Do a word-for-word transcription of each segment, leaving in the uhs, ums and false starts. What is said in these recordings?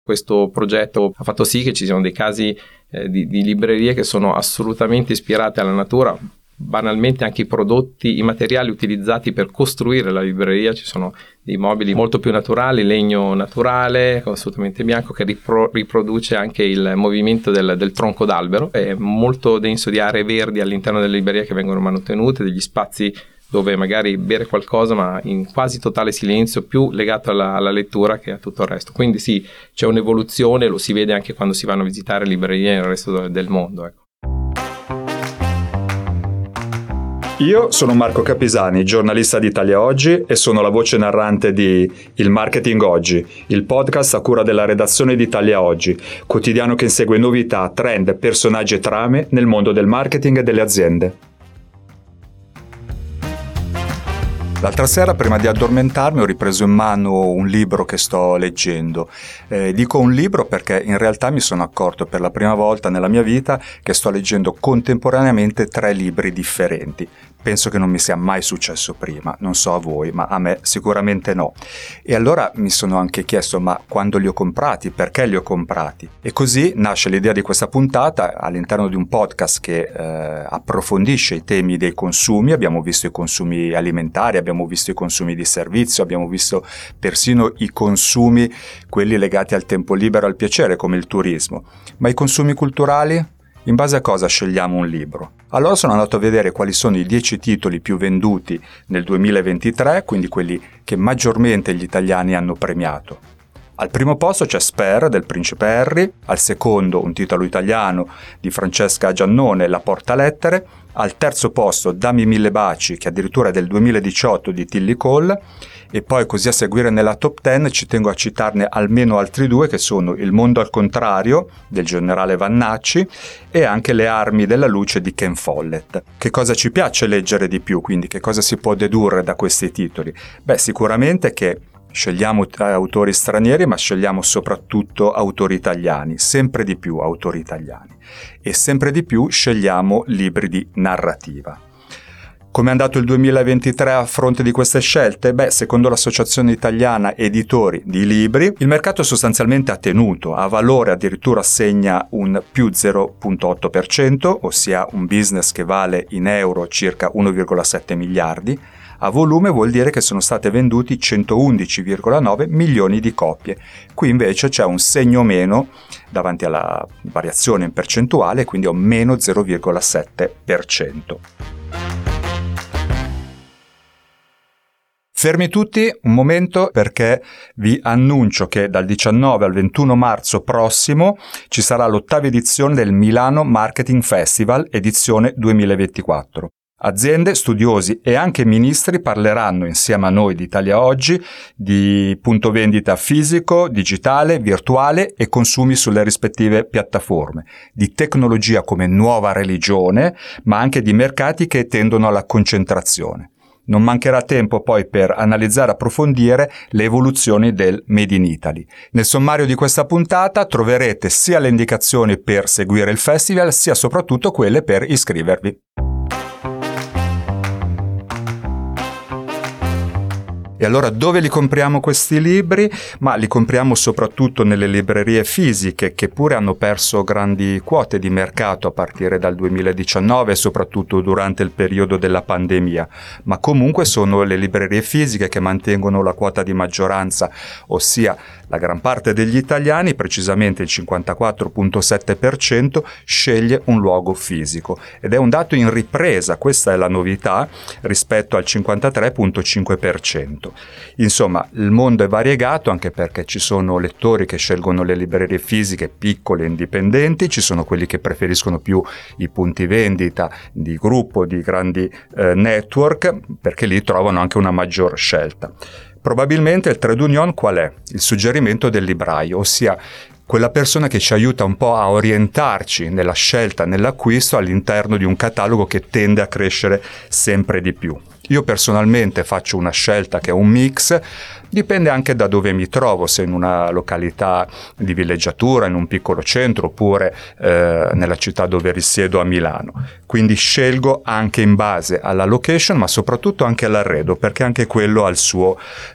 Questo progetto ha fatto sì che ci siano dei casi eh, di, di librerie che sono assolutamente ispirate alla natura. Banalmente anche i prodotti, i materiali utilizzati per costruire la libreria, ci sono dei mobili molto più naturali, legno naturale, assolutamente bianco, che ripro- riproduce anche il movimento del, del tronco d'albero. È molto denso di aree verdi all'interno della libreria che vengono mantenute, degli spazi dove magari bere qualcosa ma in quasi totale silenzio, più legato alla, alla lettura che a tutto il resto. Quindi sì, c'è un'evoluzione, lo si vede anche quando si vanno a visitare librerie nel resto del mondo, ecco. Io sono Marco Capisani, giornalista di Italia Oggi e sono la voce narrante di Il Marketing Oggi, il podcast a cura della redazione di Italia Oggi, quotidiano che insegue novità, trend, personaggi e trame nel mondo del marketing e delle aziende. L'altra sera, prima di addormentarmi, ho ripreso in mano un libro che sto leggendo. Eh, dico un libro perché in realtà mi sono accorto per la prima volta nella mia vita che sto leggendo contemporaneamente tre libri differenti. Penso che non mi sia mai successo prima, non so a voi, ma a me sicuramente no. E allora mi sono anche chiesto, ma quando li ho comprati? Perché li ho comprati? E così nasce l'idea di questa puntata all'interno di un podcast che eh, approfondisce i temi dei consumi. Abbiamo visto i consumi alimentari, abbiamo visto i consumi di servizio, abbiamo visto persino i consumi, quelli legati al tempo libero, al piacere, come il turismo. Ma i consumi culturali? In base a cosa scegliamo un libro? Allora sono andato a vedere quali sono i dieci titoli più venduti nel duemilaventitré, quindi quelli che maggiormente gli italiani hanno premiato. Al primo posto c'è Spare del Principe Harry, al secondo un titolo italiano di Francesca Giannone, La Portalettere, al terzo posto Dammi mille baci, che addirittura è del duemiladiciotto di Tilly Cole, e poi così a seguire nella top dieci ci tengo a citarne almeno altri due che sono Il mondo al contrario del generale Vannacci e anche Le armi della luce di Ken Follett. Che cosa ci piace leggere di più, quindi che cosa si può dedurre da questi titoli? Beh, sicuramente che scegliamo autori stranieri, ma scegliamo soprattutto autori italiani, sempre di più autori italiani, e sempre di più scegliamo libri di narrativa. Come è andato il duemilaventitré a fronte di queste scelte? Beh, secondo l'Associazione Italiana Editori di Libri, il mercato sostanzialmente ha tenuto, a valore addirittura segna un più zero virgola otto per cento, ossia un business che vale in euro circa uno virgola sette miliardi. A volume vuol dire che sono state venduti centoundici virgola nove milioni di copie. Qui invece c'è un segno meno davanti alla variazione in percentuale, quindi è un meno zero virgola sette per cento. Fermi tutti un momento perché vi annuncio che dal diciannove al ventuno marzo prossimo ci sarà l'ottava edizione del Milano Marketing Festival edizione duemilaventiquattro. Aziende, studiosi e anche ministri parleranno insieme a noi di Italia Oggi di punto vendita fisico, digitale, virtuale e consumi sulle rispettive piattaforme, di tecnologia come nuova religione, ma anche di mercati che tendono alla concentrazione. Non mancherà tempo poi per analizzare e approfondire le evoluzioni del Made in Italy. Nel sommario di questa puntata troverete sia le indicazioni per seguire il festival, sia soprattutto quelle per iscrivervi. E allora dove li compriamo questi libri? Ma li compriamo soprattutto nelle librerie fisiche che pure hanno perso grandi quote di mercato a partire dal duemiladiciannove e soprattutto durante il periodo della pandemia. Ma comunque sono le librerie fisiche che mantengono la quota di maggioranza, ossia la gran parte degli italiani, precisamente il cinquantaquattro virgola sette per cento, sceglie un luogo fisico. Ed è un dato in ripresa, questa è la novità, rispetto al cinquantatré virgola cinque per cento. Insomma, il mondo è variegato anche perché ci sono lettori che scelgono le librerie fisiche piccole e indipendenti, ci sono quelli che preferiscono più i punti vendita di gruppo, di grandi eh, network, perché lì trovano anche una maggior scelta. Probabilmente il trade union qual è? Il suggerimento del libraio, ossia quella persona che ci aiuta un po' a orientarci nella scelta, nell'acquisto all'interno di un catalogo che tende a crescere sempre di più. Io personalmente faccio una scelta che è un mix, dipende anche da dove mi trovo, se in una località di villeggiatura, in un piccolo centro, oppure eh, nella città dove risiedo a Milano. Quindi scelgo anche in base alla location, ma soprattutto anche all'arredo, perché anche quello ha il suo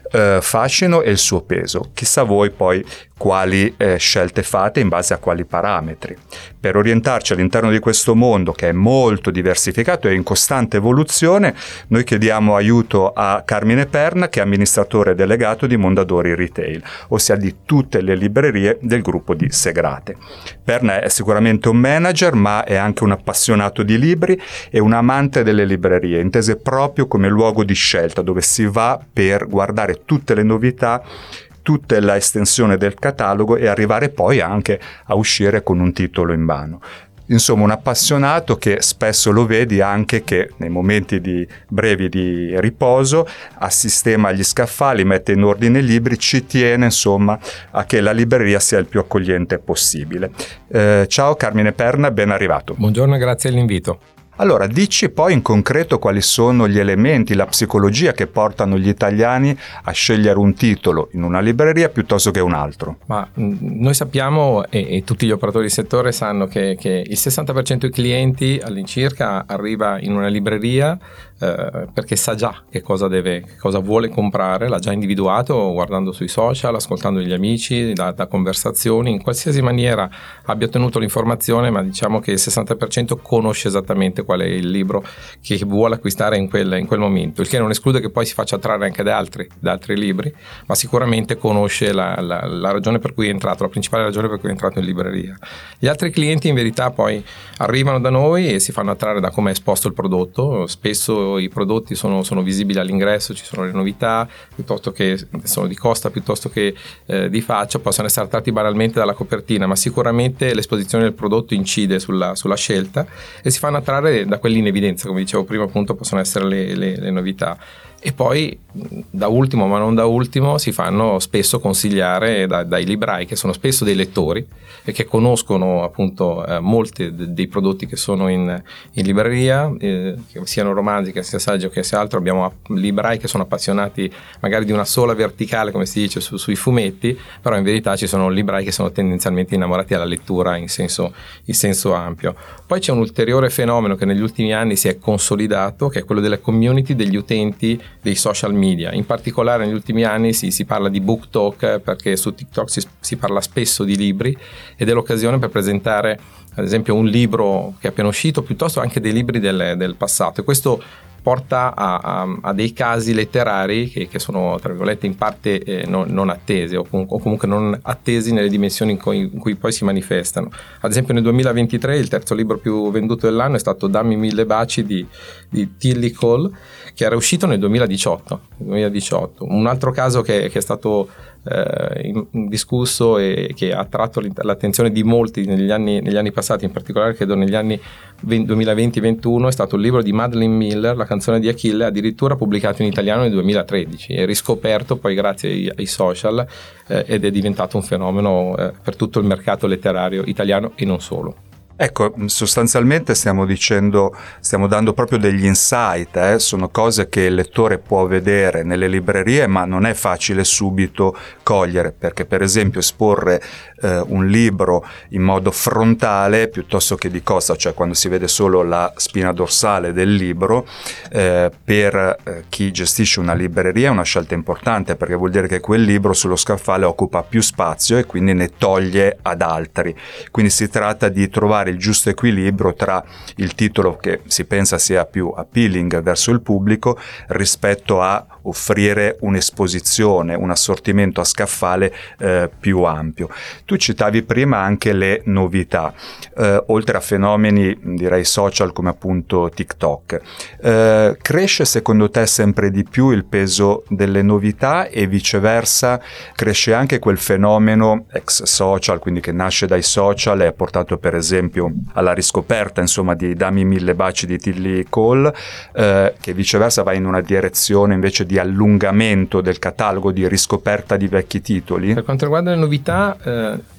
eh, fascino e il suo peso. Chissà voi poi quali eh, scelte fate in base a quali parametri. Per orientarci all'interno di questo mondo che è molto diversificato e in costante evoluzione, noi chiediamo aiuto a Carmine Perna, che è amministratore delegato di Mondadori Retail, ossia di tutte le librerie del gruppo di Segrate. Perna è sicuramente un manager, ma è anche un appassionato di libri e un amante delle librerie, intese proprio come luogo di scelta dove si va per guardare tutte le novità, tutta la estensione del catalogo e arrivare poi anche a uscire con un titolo in mano. Insomma, un appassionato che spesso lo vedi anche che nei momenti di brevi di riposo assistema agli scaffali, mette in ordine i libri, ci tiene insomma a che la libreria sia il più accogliente possibile. Eh, ciao Carmine Perna, ben arrivato. Buongiorno e grazie dell'invito. Allora, dici poi in concreto quali sono gli elementi, la psicologia che portano gli italiani a scegliere un titolo in una libreria piuttosto che un altro? Ma mh, noi sappiamo e, e tutti gli operatori di settore sanno che, che il sessanta per cento dei clienti all'incirca arriva in una libreria eh, perché sa già che cosa deve, che cosa vuole comprare, l'ha già individuato guardando sui social, ascoltando gli amici, da, da conversazioni, in qualsiasi maniera abbia ottenuto l'informazione, ma diciamo che il sessanta per cento conosce esattamente qual è il libro che vuole acquistare in quel, in quel momento, il che non esclude che poi si faccia attrarre anche da altri, da altri libri, ma sicuramente conosce la, la, la ragione per cui è entrato, la principale ragione per cui è entrato in libreria. Gli altri clienti in verità poi arrivano da noi e si fanno attrarre da come è esposto il prodotto. Spesso i prodotti sono, sono visibili all'ingresso, ci sono le novità, piuttosto che sono di costa, piuttosto che eh, di faccia, possono essere attratti banalmente dalla copertina, ma sicuramente l'esposizione del prodotto incide sulla, sulla scelta e si fanno attrarre da quelli in evidenza, come dicevo prima, appunto possono essere le, le, le novità. E poi da ultimo ma non da ultimo si fanno spesso consigliare da, dai librai, che sono spesso dei lettori e che conoscono appunto eh, molti de- dei prodotti che sono in, in libreria, eh, che siano romanzi, che sia saggi o che sia altro. Abbiamo librai che sono appassionati magari di una sola verticale, come si dice, su, sui fumetti, però in verità ci sono librai che sono tendenzialmente innamorati della lettura in senso, in senso ampio. Poi c'è un ulteriore fenomeno che negli ultimi anni si è consolidato, che è quello delle community degli utenti dei social media. In particolare negli ultimi anni si, si parla di book talk, perché su TikTok si, si parla spesso di libri ed è l'occasione per presentare ad esempio un libro che è appena uscito, piuttosto anche dei libri del, del passato, e questo porta a, a, a dei casi letterari che, che sono tra virgolette in parte eh, non, non attesi o, com- o comunque non attesi nelle dimensioni in cui, in cui poi si manifestano. Ad esempio nel duemilaventitré il terzo libro più venduto dell'anno è stato Dammi mille baci di, di Tilly Cole, che era uscito nel duemiladiciotto. duemiladiciotto. Un altro caso che, che è stato eh, in, in discusso e che ha attratto l'attenzione di molti negli anni, negli anni passati, in particolare credo negli anni duemilaventi ventuno, è stato il libro di Madeline Miller, La canzone di Achille, addirittura pubblicato in italiano nel duemilatredici e riscoperto poi grazie ai, ai social eh, ed è diventato un fenomeno eh, per tutto il mercato letterario italiano e non solo. Ecco, sostanzialmente stiamo dicendo, stiamo dando proprio degli insight, eh? Sono cose che il lettore può vedere nelle librerie, ma non è facile subito cogliere, perché per esempio esporre eh, un libro in modo frontale piuttosto che di costa, cioè quando si vede solo la spina dorsale del libro, eh, per eh, chi gestisce una libreria è una scelta importante, perché vuol dire che quel libro sullo scaffale occupa più spazio e quindi ne toglie ad altri. Quindi si tratta di trovare il giusto equilibrio tra il titolo che si pensa sia più appealing verso il pubblico rispetto a offrire un'esposizione, un assortimento a scaffale eh, più ampio. Tu citavi prima anche le novità, eh, oltre a fenomeni direi social come appunto TikTok. Eh, cresce secondo te sempre di più il peso delle novità e viceversa cresce anche quel fenomeno ex social, quindi che nasce dai social e ha portato per esempio alla riscoperta insomma di Dammi mille baci di Tilly Cole, eh, che viceversa va in una direzione invece di allungamento del catalogo, di riscoperta di vecchi titoli? Per quanto riguarda le novità, eh,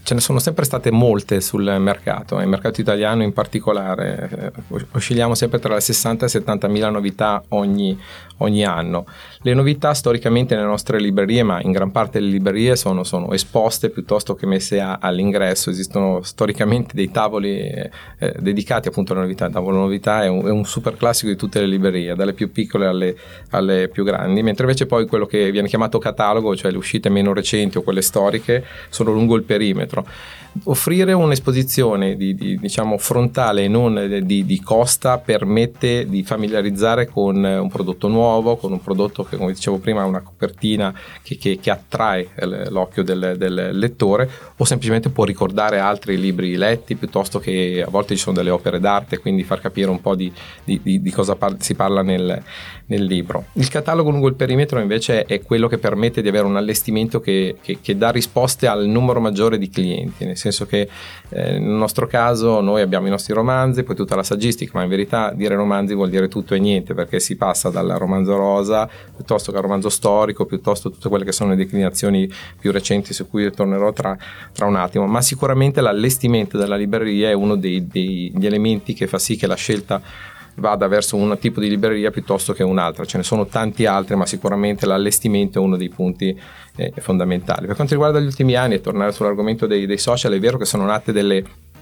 ce ne sono sempre state molte sul mercato, il mercato italiano in particolare, eh, oscilliamo sempre tra le sessanta e settantamila novità ogni, ogni anno. Le novità storicamente nelle nostre librerie, ma in gran parte le librerie sono, sono esposte piuttosto che messe a, all'ingresso. Esistono storicamente dei tavoli eh, dedicati appunto alle novità. Il tavolo novità è un, è un super classico di tutte le librerie, dalle più piccole alle, alle più grandi, mentre invece poi quello che viene chiamato catalogo, cioè le uscite meno recenti o quelle storiche, sono lungo il perimetro. Offrire un'esposizione di, di, diciamo frontale e non di, di costa permette di familiarizzare con un prodotto nuovo, con un prodotto che, come dicevo prima, ha una copertina che, che, che attrae l'occhio del, del lettore, o semplicemente può ricordare altri libri letti, piuttosto che a volte ci sono delle opere d'arte, quindi far capire un po' di, di, di, di cosa par- si parla nel, nel libro. Il catalogo lungo il perimetro invece è quello che permette di avere un allestimento che, che, che dà risposte al numero maggiore di clienti, nel senso che eh, nel nostro caso noi abbiamo i nostri romanzi, poi tutta la saggistica, ma in verità dire romanzi vuol dire tutto e niente, perché si passa dal romanzo rosa piuttosto che al romanzo storico, piuttosto tutte quelle che sono le declinazioni più recenti su cui tornerò tra, tra un attimo, ma sicuramente l'allestimento della libreria è uno dei, degli elementi che fa sì che la scelta vada verso un tipo di libreria piuttosto che un'altra. Ce ne sono tanti altri, ma sicuramente l'allestimento è uno dei punti eh, fondamentali. Per quanto riguarda gli ultimi anni, e tornare sull'argomento dei, dei social, è vero che sono nate delle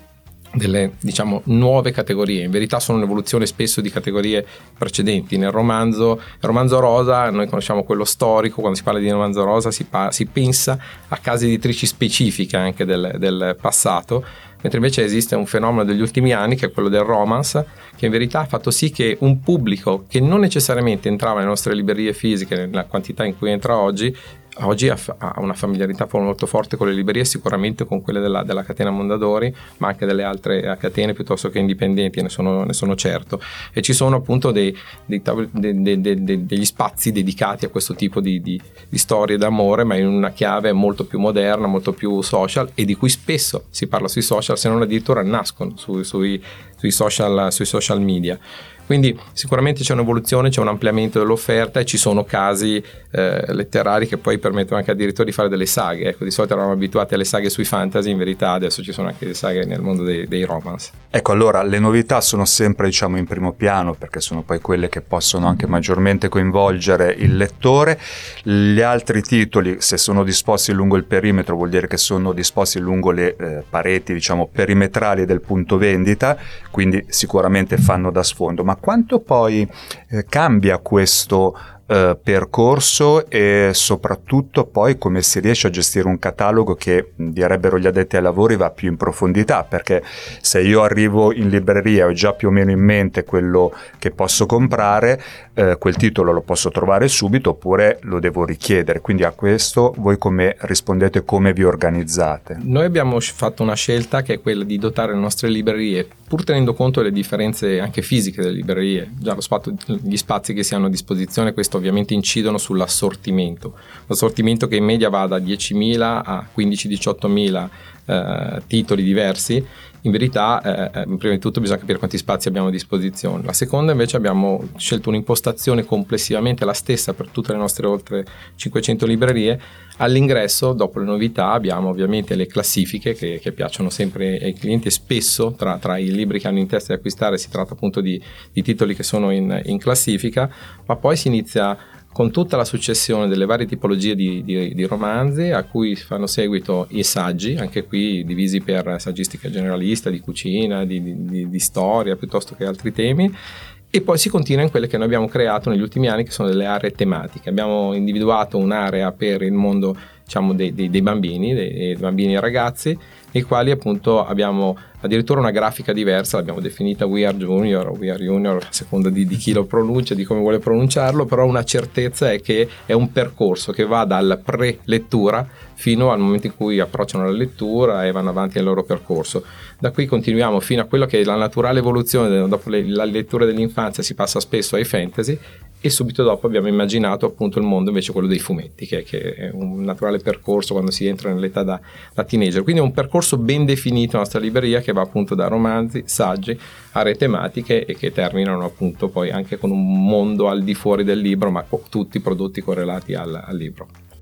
delle diciamo nuove categorie, in verità sono un'evoluzione spesso di categorie precedenti. Nel romanzo, il romanzo rosa, noi conosciamo quello storico, quando si parla di romanzo rosa si, pa- si pensa a case editrici specifiche anche del, del passato, mentre invece esiste un fenomeno degli ultimi anni che è quello del romance, che in verità ha fatto sì che un pubblico che non necessariamente entrava nelle nostre librerie fisiche nella quantità in cui entra oggi, oggi ha una familiarità molto forte con le librerie, sicuramente con quelle della, della catena Mondadori, ma anche delle altre catene piuttosto che indipendenti, ne sono, ne sono certo. E ci sono appunto dei, dei tavoli, de, de, de, de, degli spazi dedicati a questo tipo di, di, di storie d'amore, ma in una chiave molto più moderna, molto più social, e di cui spesso si parla sui social, se non addirittura nascono su, sui, sui, social, sui social media. Quindi sicuramente c'è un'evoluzione, c'è un ampliamento dell'offerta e ci sono casi eh, letterari che poi permettono anche addirittura di fare delle saghe. Ecco, di solito eravamo abituati alle saghe sui fantasy, in verità adesso ci sono anche delle saghe nel mondo dei, dei romance. Ecco, allora le novità sono sempre, diciamo, in primo piano, perché sono poi quelle che possono anche maggiormente coinvolgere il lettore. Gli altri titoli, se sono disposti lungo il perimetro, vuol dire che sono disposti lungo le eh, pareti, diciamo, perimetrali del punto vendita, quindi sicuramente fanno da sfondo. Ma quanto poi eh, cambia questo eh, percorso, e soprattutto poi come si riesce a gestire un catalogo che, direbbero gli addetti ai lavori, va più in profondità? Perché se io arrivo in libreria e ho già più o meno in mente quello che posso comprare, eh, quel titolo lo posso trovare subito oppure lo devo richiedere. Quindi a questo voi come rispondete, come vi organizzate? Noi abbiamo fatto una scelta che è quella di dotare le nostre librerie, pur tenendo conto delle differenze anche fisiche delle librerie, già lo spazio, gli spazi che si hanno a disposizione, questo ovviamente incidono sull'assortimento, l'assortimento che in media va da diecimila a quindici diciottomila eh, titoli diversi. In verità, eh, prima di tutto bisogna capire quanti spazi abbiamo a disposizione. La seconda invece, abbiamo scelto un'impostazione complessivamente la stessa per tutte le nostre oltre cinquecento librerie. All'ingresso, dopo le novità, abbiamo ovviamente le classifiche che, che piacciono sempre ai clienti, e spesso tra, tra i libri che hanno in testa di acquistare si tratta appunto di, di titoli che sono in, in classifica, ma poi si inizia con tutta la successione delle varie tipologie di, di, di romanzi, a cui fanno seguito i saggi, anche qui divisi per saggistica generalista, di cucina, di, di, di storia, piuttosto che altri temi. E poi si continua in quelle che noi abbiamo creato negli ultimi anni, che sono delle aree tematiche. Abbiamo individuato un'area per il mondo, diciamo, dei, dei, dei bambini, dei, dei bambini e ragazzi, nei quali appunto abbiamo addirittura una grafica diversa, l'abbiamo definita We Are Junior o We Are Junior, a seconda di, di chi lo pronuncia, di come vuole pronunciarlo, però una certezza è che è un percorso che va dalla pre-lettura fino al momento in cui approcciano la lettura e vanno avanti nel loro percorso. Da qui continuiamo fino a quello che è la naturale evoluzione, dopo le, la lettura dell'infanzia si passa spesso ai fantasy, e subito dopo abbiamo immaginato appunto il mondo invece quello dei fumetti, che, che è un naturale percorso quando si entra nell'età da, da teenager. Quindi è un percorso ben definito nella nostra libreria, che va appunto da romanzi, saggi, aree tematiche, e che terminano appunto poi anche con un mondo al di fuori del libro, ma con tutti i prodotti correlati al, al libro.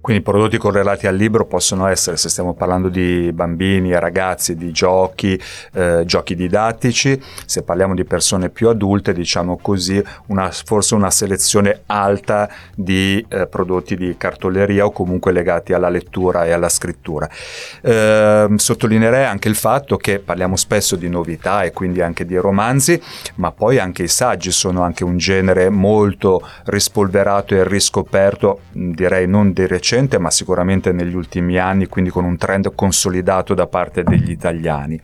Quindi i prodotti correlati al libro possono essere, se stiamo parlando di bambini e ragazzi, di giochi, eh, giochi didattici, se parliamo di persone più adulte, diciamo così, una, forse una selezione alta di eh, prodotti di cartoleria o comunque legati alla lettura e alla scrittura. Eh, sottolineerei anche il fatto che parliamo spesso di novità e quindi anche di romanzi, ma poi anche i saggi sono anche un genere molto rispolverato e riscoperto, direi non di recente, ma sicuramente negli ultimi anni, quindi con un trend consolidato da parte degli italiani.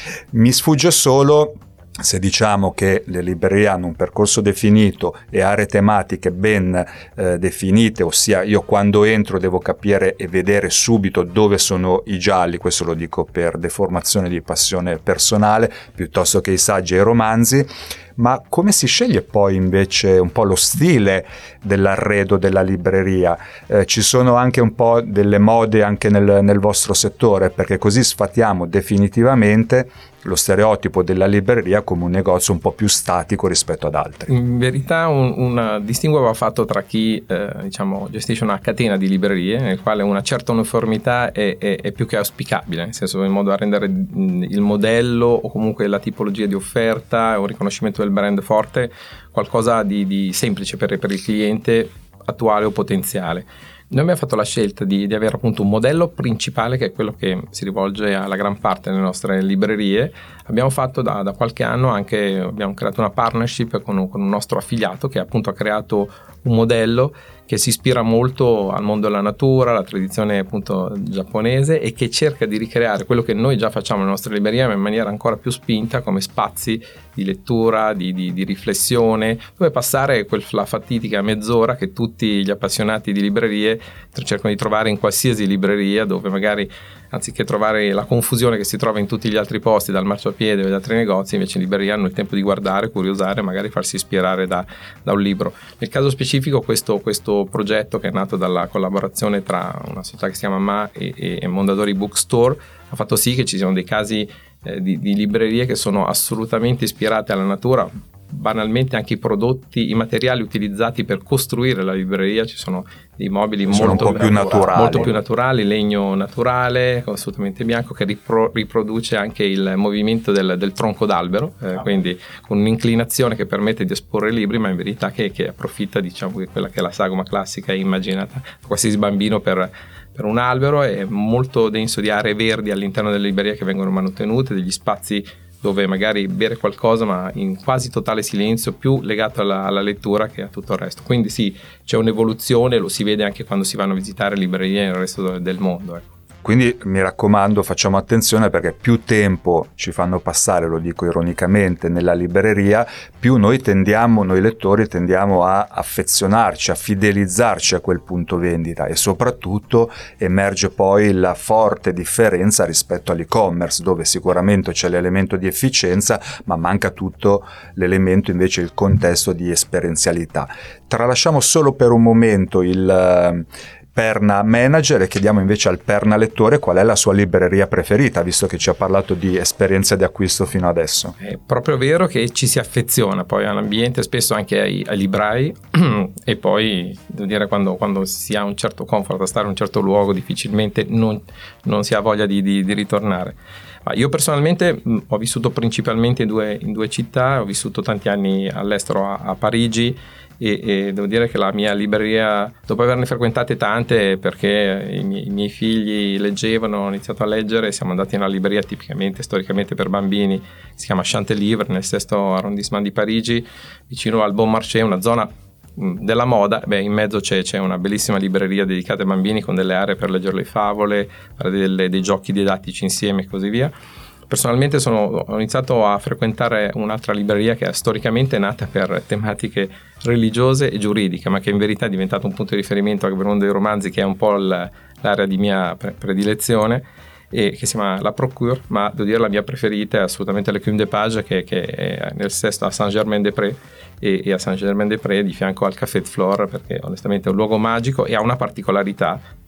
Mi sfugge solo se diciamo che le librerie hanno un percorso definito e aree tematiche ben eh, definite, ossia io quando entro devo capire e vedere subito dove sono i gialli, questo lo dico per deformazione di passione personale, piuttosto che i saggi e i romanzi. Ma come si sceglie poi invece un po' lo stile dell'arredo della libreria? Eh, ci sono anche un po' delle mode anche nel, nel vostro settore, perché così sfatiamo definitivamente lo stereotipo della libreria come un negozio un po' più statico rispetto ad altri. In verità un, un distinguo va fatto tra chi eh, diciamo, gestisce una catena di librerie nel quale una certa uniformità è, è, è più che auspicabile, nel senso in modo da rendere il modello o comunque la tipologia di offerta e un riconoscimento del brand forte qualcosa di, di semplice per, per il cliente attuale o potenziale. Noi abbiamo fatto la scelta di, di avere appunto un modello principale che è quello che si rivolge alla gran parte delle nostre librerie. Abbiamo fatto da, da qualche anno anche, abbiamo creato una partnership con un, con un nostro affiliato che appunto ha creato un modello che si ispira molto al mondo della natura, alla tradizione appunto giapponese e che cerca di ricreare quello che noi già facciamo nelle nostre librerie ma in maniera ancora più spinta come spazi di lettura, di, di, di riflessione, dove passare quella fatidica mezz'ora che tutti gli appassionati di librerie cercano di trovare in qualsiasi libreria, dove magari anziché trovare la confusione che si trova in tutti gli altri posti, dal marciapiede o dagli altri negozi, invece in libreria hanno il tempo di guardare, curiosare, magari farsi ispirare da, da un libro. Nel caso specifico questo, questo progetto, che è nato dalla collaborazione tra una società che si chiama M A e, e Mondadori Bookstore, ha fatto sì che ci siano dei casi eh, di, di librerie che sono assolutamente ispirate alla natura. Banalmente anche i prodotti, i materiali utilizzati per costruire la libreria, ci sono dei mobili sono molto un po' più naturali. molto più naturali, legno naturale, assolutamente bianco, che ripro, riproduce anche il movimento del, del tronco d'albero, eh, ah. quindi con un'inclinazione che permette di esporre libri, ma in verità che, che approfitta, diciamo, di quella che è la sagoma classica immaginata qualsiasi bambino per per un albero. È molto denso di aree verdi all'interno delle librerie che vengono mantenute, degli spazi dove magari bere qualcosa ma in quasi totale silenzio, più legato alla, alla lettura che a tutto il resto. Quindi sì, c'è un'evoluzione, lo si vede anche quando si vanno a visitare librerie nel resto del mondo, ecco. Quindi mi raccomando, facciamo attenzione, perché più tempo ci fanno passare, lo dico ironicamente, nella libreria, più noi tendiamo, noi lettori tendiamo a affezionarci, a fidelizzarci a quel punto vendita, e soprattutto emerge poi la forte differenza rispetto all'e-commerce, dove sicuramente c'è l'elemento di efficienza ma manca tutto l'elemento invece, il contesto di esperienzialità. Tralasciamo solo per un momento il Perna Manager e chiediamo invece al Perna Lettore qual è la sua libreria preferita, visto che ci ha parlato di esperienze di acquisto fino adesso. È proprio vero che ci si affeziona poi all'ambiente, spesso anche ai, ai librai e poi devo dire quando, quando si ha un certo comfort a stare in un certo luogo difficilmente non, non si ha voglia di, di, di ritornare. Ma io personalmente mh, ho vissuto principalmente in due, in due città, ho vissuto tanti anni all'estero a, a Parigi e, e devo dire che la mia libreria, dopo averne frequentate tante perché i miei, i miei figli leggevano, ho iniziato a leggere, siamo andati in una libreria tipicamente storicamente per bambini, si chiama Chantelivre, nel sesto arrondissement di Parigi, vicino al Bon Marché, una zona della moda. Beh, in mezzo c'è, c'è una bellissima libreria dedicata ai bambini con delle aree per leggere le favole, delle, dei giochi didattici insieme e così via. Personalmente sono, ho iniziato a frequentare un'altra libreria che è storicamente nata per tematiche religiose e giuridiche, ma che in verità è diventato un punto di riferimento anche per uno dei romanzi, che è un po' l'area di mia predilezione, e che si chiama La Procure, ma devo dire la mia preferita è assolutamente l'Écume des Pages, che, che è nel sesto a Saint-Germain-des-Prés, e, e a Saint-Germain-des-Prés di fianco al Café de Flore, perché onestamente è un luogo magico e ha una particolarità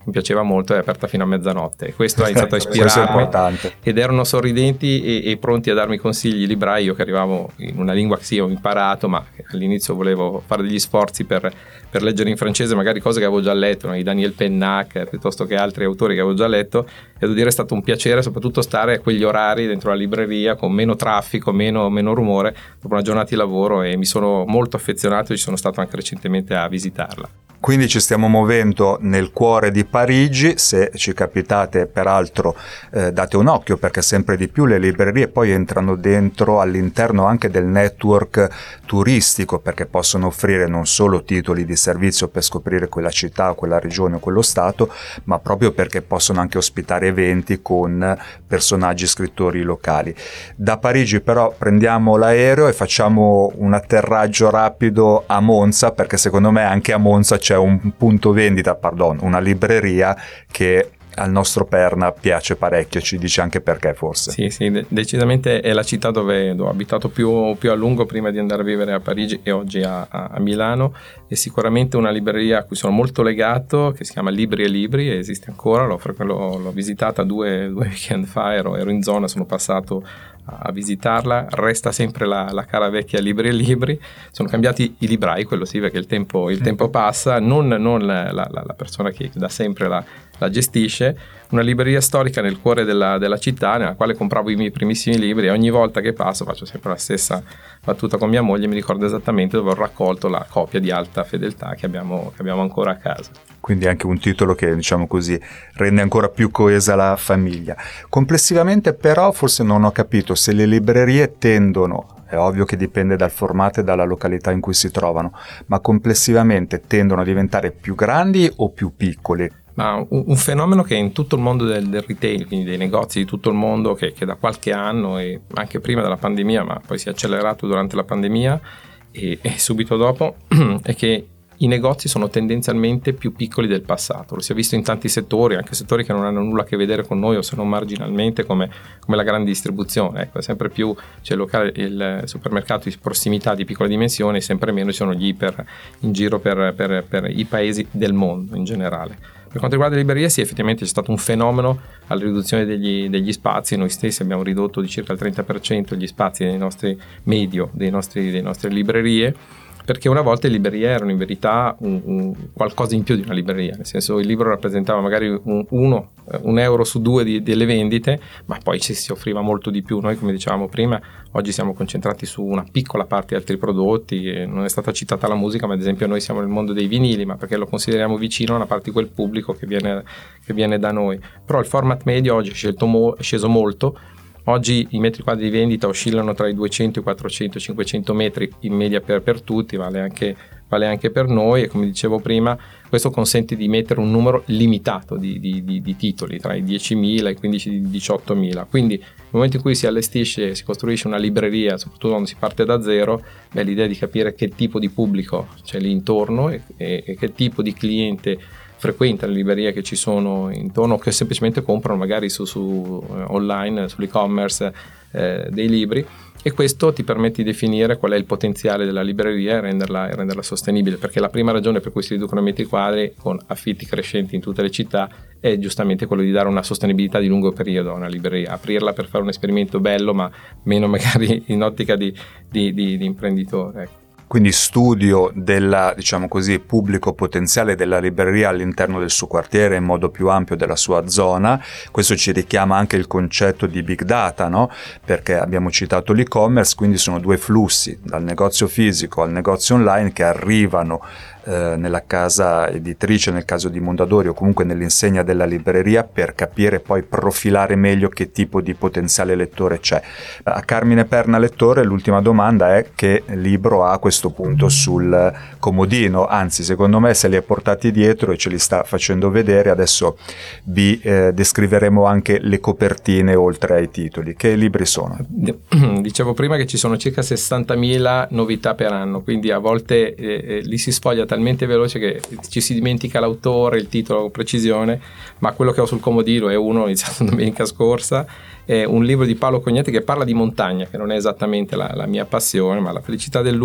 mi piaceva molto, è aperta fino a mezzanotte, e questo ha iniziato a ispirarmi, ed erano sorridenti e, e pronti a darmi consigli i librai. Io che arrivavo in una lingua che sì, ho imparato, ma all'inizio volevo fare degli sforzi per, per leggere in francese magari cose che avevo già letto, no? I Daniel Pennac piuttosto che altri autori che avevo già letto, e devo dire è stato un piacere soprattutto stare a quegli orari dentro la libreria con meno traffico, meno, meno rumore dopo una giornata di lavoro, e mi sono molto affezionato e ci sono stato anche recentemente a visitarla. Quindi ci stiamo muovendo nel cuore di Parigi. Se ci capitate, peraltro, eh, date un occhio, perché sempre di più le librerie poi entrano dentro all'interno anche del network turistico, perché possono offrire non solo titoli di servizio per scoprire quella città, quella regione o quello stato, ma proprio perché possono anche ospitare eventi con personaggi, scrittori locali. Da Parigi però prendiamo l'aereo e facciamo un atterraggio rapido a Monza, perché secondo me anche a Monza c'è un punto vendita, pardon, una libreria che al nostro Perna piace parecchio, ci dice anche perché forse. Sì, sì, de- decisamente è la città dove, dove ho abitato più, più a lungo prima di andare a vivere a Parigi e oggi a, a, a Milano. È sicuramente una libreria a cui sono molto legato, che si chiama Libri e Libri, esiste ancora, l'ho, l'ho, l'ho visitata due, due weekend fa, ero, ero in zona, sono passato a visitarla. Resta sempre la, la cara vecchia Libri e Libri, sono cambiati i librai, quello sì, perché il tempo, il tempo passa, non, non la, la, la persona che da sempre la, la gestisce. Una libreria storica nel cuore della, della città, nella quale compravo i miei primissimi libri, e ogni volta che passo faccio sempre la stessa battuta con mia moglie, mi ricordo esattamente dove ho raccolto la copia di alta fedeltà che abbiamo, che abbiamo ancora a casa. Quindi anche un titolo che, diciamo così, rende ancora più coesa la famiglia. Complessivamente però forse non ho capito se le librerie tendono, è ovvio che dipende dal formato e dalla località in cui si trovano, ma complessivamente tendono a diventare più grandi o più piccoli? Ma un, un fenomeno che è in tutto il mondo del, del retail, quindi dei negozi di tutto il mondo, che, che da qualche anno e anche prima della pandemia, ma poi si è accelerato durante la pandemia e, e subito dopo, è che i negozi sono tendenzialmente più piccoli del passato. Lo si è visto in tanti settori, anche settori che non hanno nulla a che vedere con noi o se non marginalmente, come, come la grande distribuzione. Ecco, è sempre più c'è il locale, il supermercato di prossimità di piccola dimensione, sempre meno ci sono gli iper in giro per, per, per i paesi del mondo in generale. Per quanto riguarda le librerie, sì, effettivamente c'è stato un fenomeno alla riduzione degli, degli spazi. Noi stessi abbiamo ridotto di circa il trenta per cento gli spazi dei nostri medio, dei nostri, dei nostre librerie, perché una volta le librerie erano in verità un, un, qualcosa in più di una libreria, nel senso il libro rappresentava magari un, uno, un euro su due di, delle vendite, ma poi ci si offriva molto di più. Noi, come dicevamo prima, oggi siamo concentrati su una piccola parte di altri prodotti, e non è stata citata la musica, ma ad esempio noi siamo nel mondo dei vinili, ma perché lo consideriamo vicino a una parte di quel pubblico che viene, che viene da noi. Però il format medio oggi è, scelto mo- è sceso molto. Oggi i metri quadri di vendita oscillano tra i duecento, i quattrocento, i cinquecento metri in media per, per tutti, vale anche, vale anche per noi, e come dicevo prima questo consente di mettere un numero limitato di, di, di, di titoli, tra i diecimila e i quindici diciottomila. Quindi nel momento in cui si allestisce, si costruisce una libreria, soprattutto quando si parte da zero, beh, l'idea è di capire che tipo di pubblico c'è lì intorno e, e, e che tipo di cliente frequenta le librerie che ci sono intorno, o che semplicemente comprano magari su, su eh, online, sull'e-commerce eh, dei libri, e questo ti permette di definire qual è il potenziale della libreria e renderla, e renderla sostenibile, perché la prima ragione per cui si riducono i metri quadri con affitti crescenti in tutte le città è giustamente quello di dare una sostenibilità di lungo periodo a una libreria, aprirla per fare un esperimento bello, ma meno magari in ottica di, di, di, di imprenditore, ecco. Quindi studio del, diciamo così, pubblico potenziale della libreria all'interno del suo quartiere, in modo più ampio della sua zona. Questo ci richiama anche il concetto di big data, no? Perché abbiamo citato l'e-commerce, quindi sono due flussi, dal negozio fisico al negozio online, che arrivano eh, nella casa editrice, nel caso di Mondadori, o comunque nell'insegna della libreria, per capire poi profilare meglio che tipo di potenziale lettore c'è. A Carmine Perna lettore, l'ultima domanda è: che libro ha questo punto sul comodino? Anzi, secondo me se li ha portati dietro e ce li sta facendo vedere. Adesso vi eh, descriveremo anche le copertine oltre ai titoli. Che libri sono? Dicevo prima che ci sono circa sessantamila novità per anno, quindi a volte eh, li si sfoglia talmente veloce che ci si dimentica l'autore, il titolo con precisione, ma quello che ho sul comodino è uno iniziato domenica scorsa, è un libro di Paolo Cognetti che parla di montagna, che non è esattamente la, la mia passione, ma La felicità del lupo mi è stato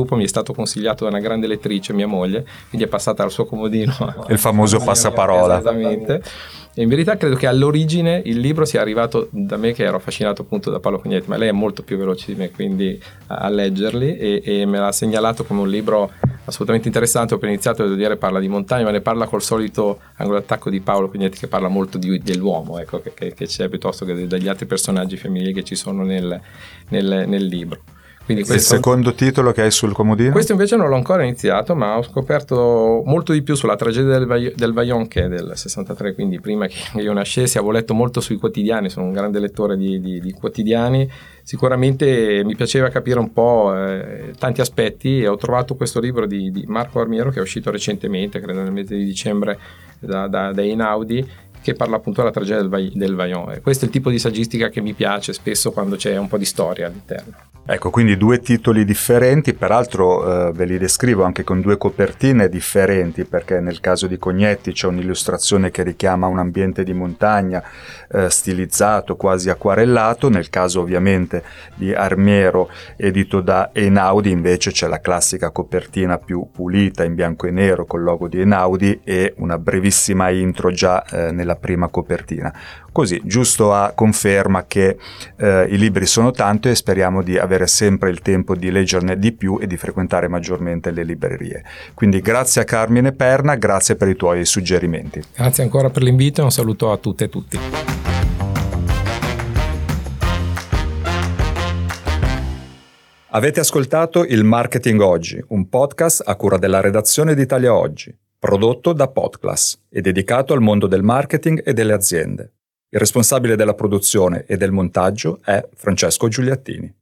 stato consigliato da una grande lettrice, mia moglie, quindi è passata al suo comodino. Il famoso passaparola. Esattamente. E in verità credo che all'origine il libro sia arrivato da me, che ero affascinato appunto da Paolo Cognetti, ma lei è molto più veloce di me quindi a, a leggerli, e, e me l'ha segnalato come un libro assolutamente interessante. Ho iniziato, devo dire, parla di montagna, ma ne parla col solito angolo d'attacco di Paolo Cognetti, che parla molto di, dell'uomo, ecco, che, che, che c'è, piuttosto che dagli altri personaggi femminili che ci sono nel, nel, nel libro. Quindi questo, il secondo titolo che hai sul comodino? Questo invece non l'ho ancora iniziato, ma ho scoperto molto di più sulla tragedia del, Vai- del Vajont, che è del sessantatré, quindi prima che io nascessi. Avevo letto molto sui quotidiani, sono un grande lettore di, di, di quotidiani, sicuramente mi piaceva capire un po' eh, tanti aspetti, e ho trovato questo libro di, di Marco Armiero, che è uscito recentemente, credo nel mese di dicembre, da, da, da Einaudi, che parla appunto della tragedia del, Va- del Vajont. E questo è il tipo di saggistica che mi piace spesso, quando c'è un po' di storia all'interno. Ecco, quindi due titoli differenti, peraltro eh, ve li descrivo anche con due copertine differenti, perché nel caso di Cognetti c'è un'illustrazione che richiama un ambiente di montagna eh, stilizzato, quasi acquarellato. Nel caso ovviamente di Armiero, edito da Einaudi, invece c'è la classica copertina più pulita in bianco e nero col logo di Einaudi e una brevissima intro già eh, nella prima copertina. Così, giusto a conferma che eh, i libri sono tanto, e speriamo di avere sempre il tempo di leggerne di più e di frequentare maggiormente le librerie. Quindi grazie a Carmine Perna, grazie per i tuoi suggerimenti. Grazie ancora per l'invito e un saluto a tutte e tutti. Avete ascoltato il Marketing Oggi, un podcast a cura della redazione di Italia Oggi, prodotto da Podclass e dedicato al mondo del marketing e delle aziende. Il responsabile della produzione e del montaggio è Francesco Giuliattini.